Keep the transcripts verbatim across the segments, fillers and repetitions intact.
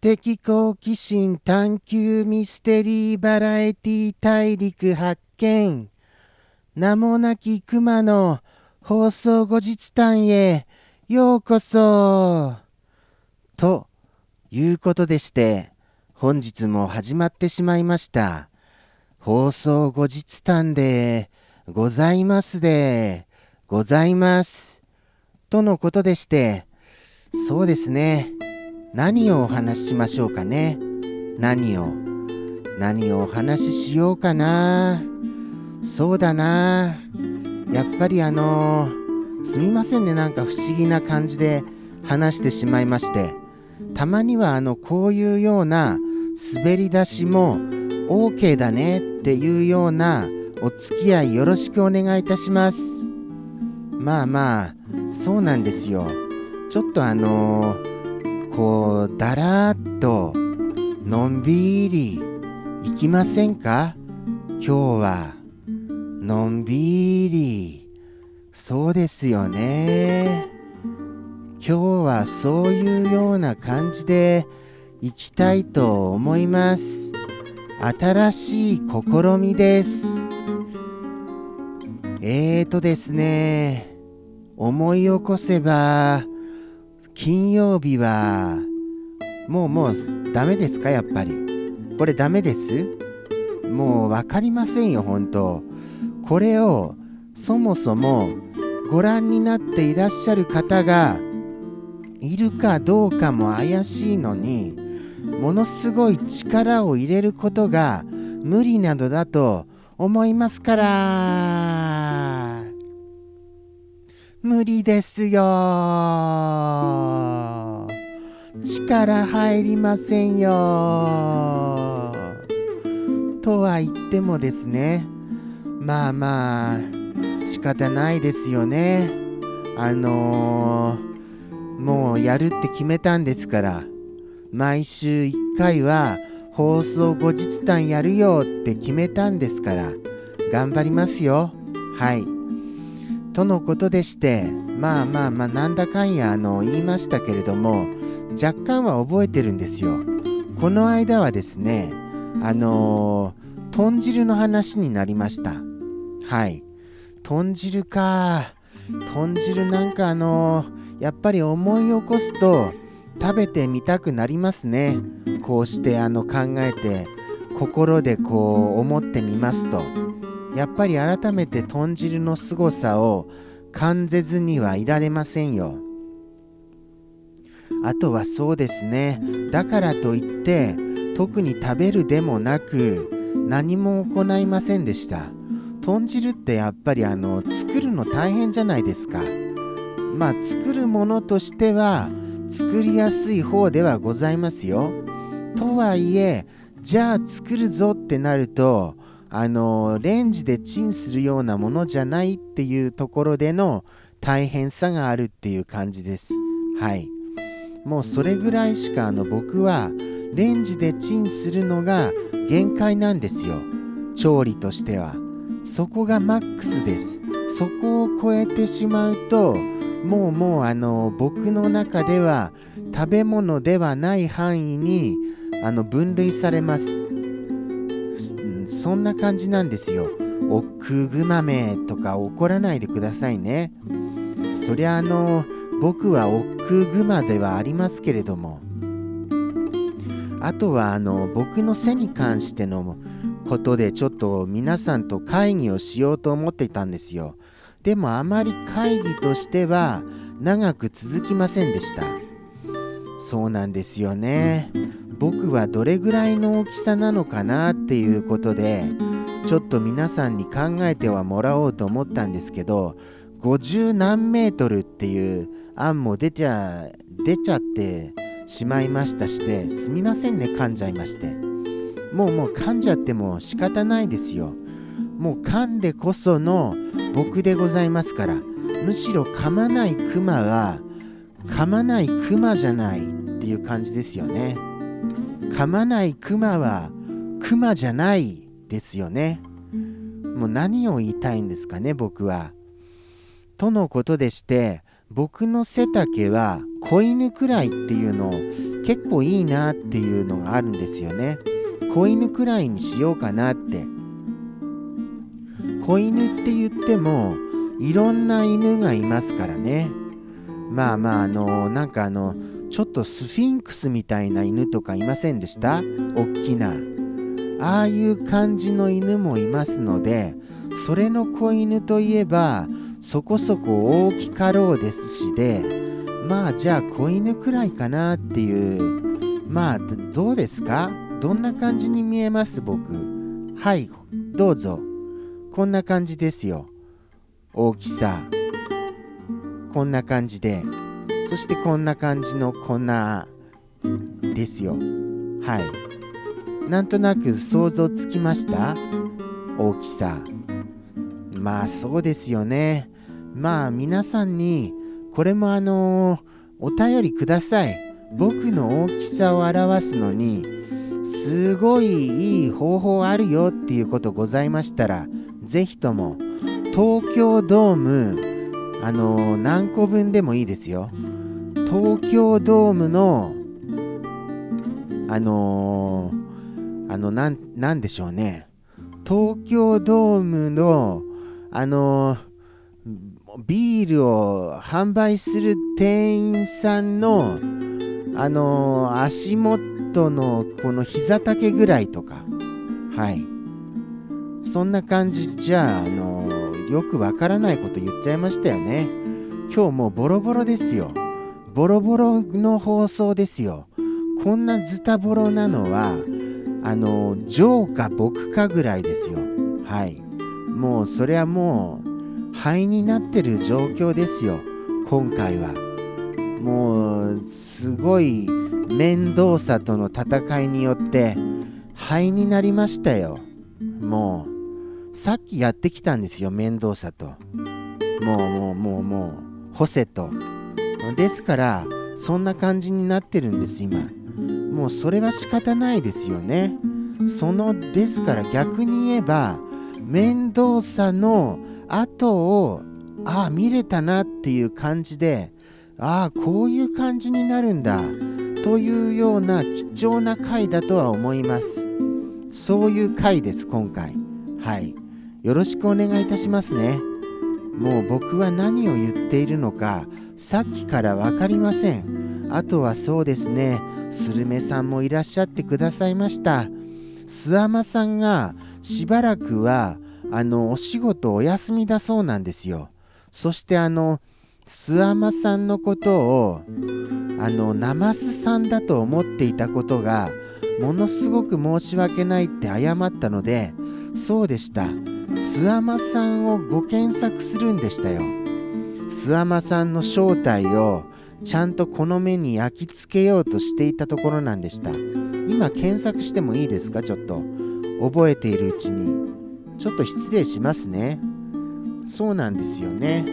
的好奇心探求ミステリーバラエティ大陸発見。名もなき熊の放送後日談へようこそ。ということでして、本日も始まってしまいました。放送後日談でございますでございます。とのことでして、そうですね。何をお話ししましょうかね。何を何をお話ししようかな。そうだな。やっぱりあのすみませんね、なんか不思議な感じで話してしまいまして、たまにはあのこういうような滑り出しも OK だねっていうようなお付き合いよろしくお願いいたします。まあまあそうなんですよ。ちょっとあのーこうだらーっとのんびりいきませんか？今日はのんびり。そうですよね。今日はそういうような感じでいきたいと思います。新しい試みです。えーとですね思い起こせば金曜日はもうもうダメですか？やっぱりこれダメです。もう分かりませんよ本当。これをそもそもご覧になっていらっしゃる方がいるかどうかも怪しいのに、ものすごい力を入れることが無理などだと思いますから。無理ですよ。力入りませんよ。とは言ってもですね、まあまあ仕方ないですよね。あのー、もうやるって決めたんですから、毎週いっかいは放送後日談やるよって決めたんですから、頑張りますよ。はい。とのことでして、まあまあまあなんだかんやあの言いましたけれども、若干は覚えてるんですよ。この間はですね、あのー、豚汁の話になりました。はい。豚汁か。豚汁なんかあのー、やっぱり思い起こすと食べてみたくなりますね。こうしてあの考えて心でこう思ってみますと、やっぱり改めて豚汁の凄さを感じずにはいられませんよ。あとはそうですね、だからといって特に食べるでもなく何も行いませんでした。豚汁ってやっぱりあの作るの大変じゃないですか。まあ作るものとしては作りやすい方ではございますよ。とはいえ、じゃあ作るぞってなるとあのレンジでチンするようなものじゃないっていうところでの大変さがあるっていう感じです。はい。もうそれぐらいしかあの僕はレンジでチンするのが限界なんですよ。調理としてはそこがマックスです。そこを超えてしまうともうもうあの僕の中では食べ物ではない範囲にあの分類されます。そんな感じなんですよ。おっくぐまめとか怒らないでくださいね。そりゃあの僕はおっくぐまではありますけれども、あとはあの僕の背に関してのことでちょっと皆さんと会議をしようと思っていたんですよ。でもあまり会議としては長く続きませんでした。そうなんですよね。僕はどれぐらいの大きさなのかなっていうことでちょっと皆さんに考えてはもらおうと思ったんですけど、ごじゅうなんメートルっていう案も出ちゃ出ちゃってしまいましたして、すみませんね、噛んじゃいまして。もうもう噛んじゃっても仕方ないですよ。もう噛んでこその僕でございますから。むしろ噛まないクマは噛まないクマじゃないっていう感じですよね。噛まないクマはクマじゃないですよね。もう何を言いたいんですかね僕は。とのことでして、僕の背丈は子犬くらいっていうの結構いいなっていうのがあるんですよね。子犬くらいにしようかなって。子犬って言ってもいろんな犬がいますからね。まあまああのなんかあのちょっとスフィンクスみたいな犬とかいませんでした？おっきなああいう感じの犬もいますので、それの子犬といえばそこそこ大きかろうですしで、まあじゃあ子犬くらいかなっていう。まあどうですか？どんな感じに見えます？僕。はい、どうぞ。こんな感じですよ。大きさこんな感じで、そしてこんな感じの粉ですよ。はい、なんとなく想像つきました？大きさ。まあそうですよね。まあ皆さんにこれもあのー、お便りください。僕の大きさを表すのにすごいいい方法あるよっていうことございましたら、ぜひとも東京ドームあのー、何個分でもいいですよ。東京ドームのあのー、あのなんなんでしょうね。東京ドームのあのー、ビールを販売する店員さんのあのー、足元のこの膝丈ぐらいとか、はい、そんな感じじゃあ、あのー、よくわからないこと言っちゃいましたよね。今日もうボロボロですよ。ボロボロの放送ですよ。こんなズタボロなのはあのー、ジョーか僕かぐらいですよ。はい、もうそれはもう灰になってる状況ですよ。今回はもうすごい面倒さとの戦いによって灰になりましたよ。もうさっきやってきたんですよ、面倒さと。もうもうもうもう干せと。ですからそんな感じになってるんです今。もうそれは仕方ないですよね。そのですから逆に言えば面倒さの後をああ見れたなっていう感じで、ああこういう感じになるんだというような貴重な回だとは思います。そういう回です今回。はい、よろしくお願いいたしますね。もう僕は何を言っているのかさっきから分かりません。あとはそうですね、スルメさんもいらっしゃってくださいました。スアマさんがしばらくはあのお仕事お休みだそうなんですよ。そしてあのスアマさんのことをあのナマスさんだと思っていたことがものすごく申し訳ないって謝ったので、そうでした、スアマさんをご検索するんでしたよ。スアマさんの正体をちゃんとこの目に焼き付けようとしていたところなんでした。今検索してもいいですか？ちょっと覚えているうちに。ちょっと失礼しますね。そうなんですよね。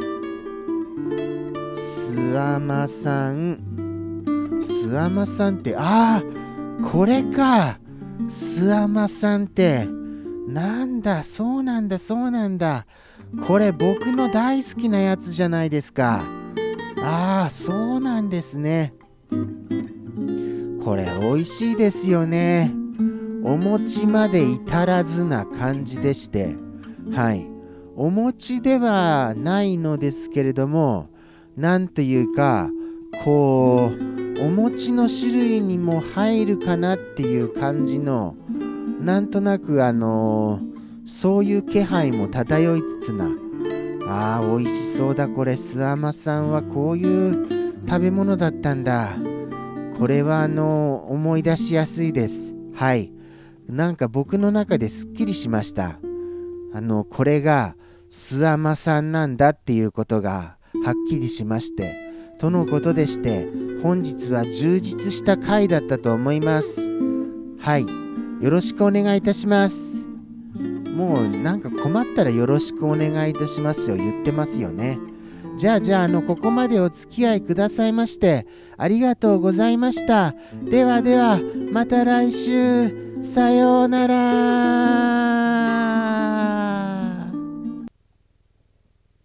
スアマさんスアマさんってああこれか。スアマさんってなんだ、そうなんだそうなんだ、これ僕の大好きなやつじゃないですか。ああそうなんですね。これ美味しいですよね。お餅まで至らずな感じでして、はい、お餅ではないのですけれども、なんていうかこうお餅の種類にも入るかなっていう感じの、なんとなくあのー、そういう気配も漂いつつな、あー美味しそうだ。これスアマさんはこういう食べ物だったんだ。これはあのー、思い出しやすいです。はい、なんか僕の中ですっきりしました。あのこれがスアマさんなんだっていうことがはっきりしまして、とのことでして、本日は充実した回だったと思います。はい、よろしくお願いいたします。もうなんか困ったらよろしくお願いいたしますよ言ってますよね。じゃあじゃああのここまでお付き合いくださいましてありがとうございました。ではではまた来週、さようなら。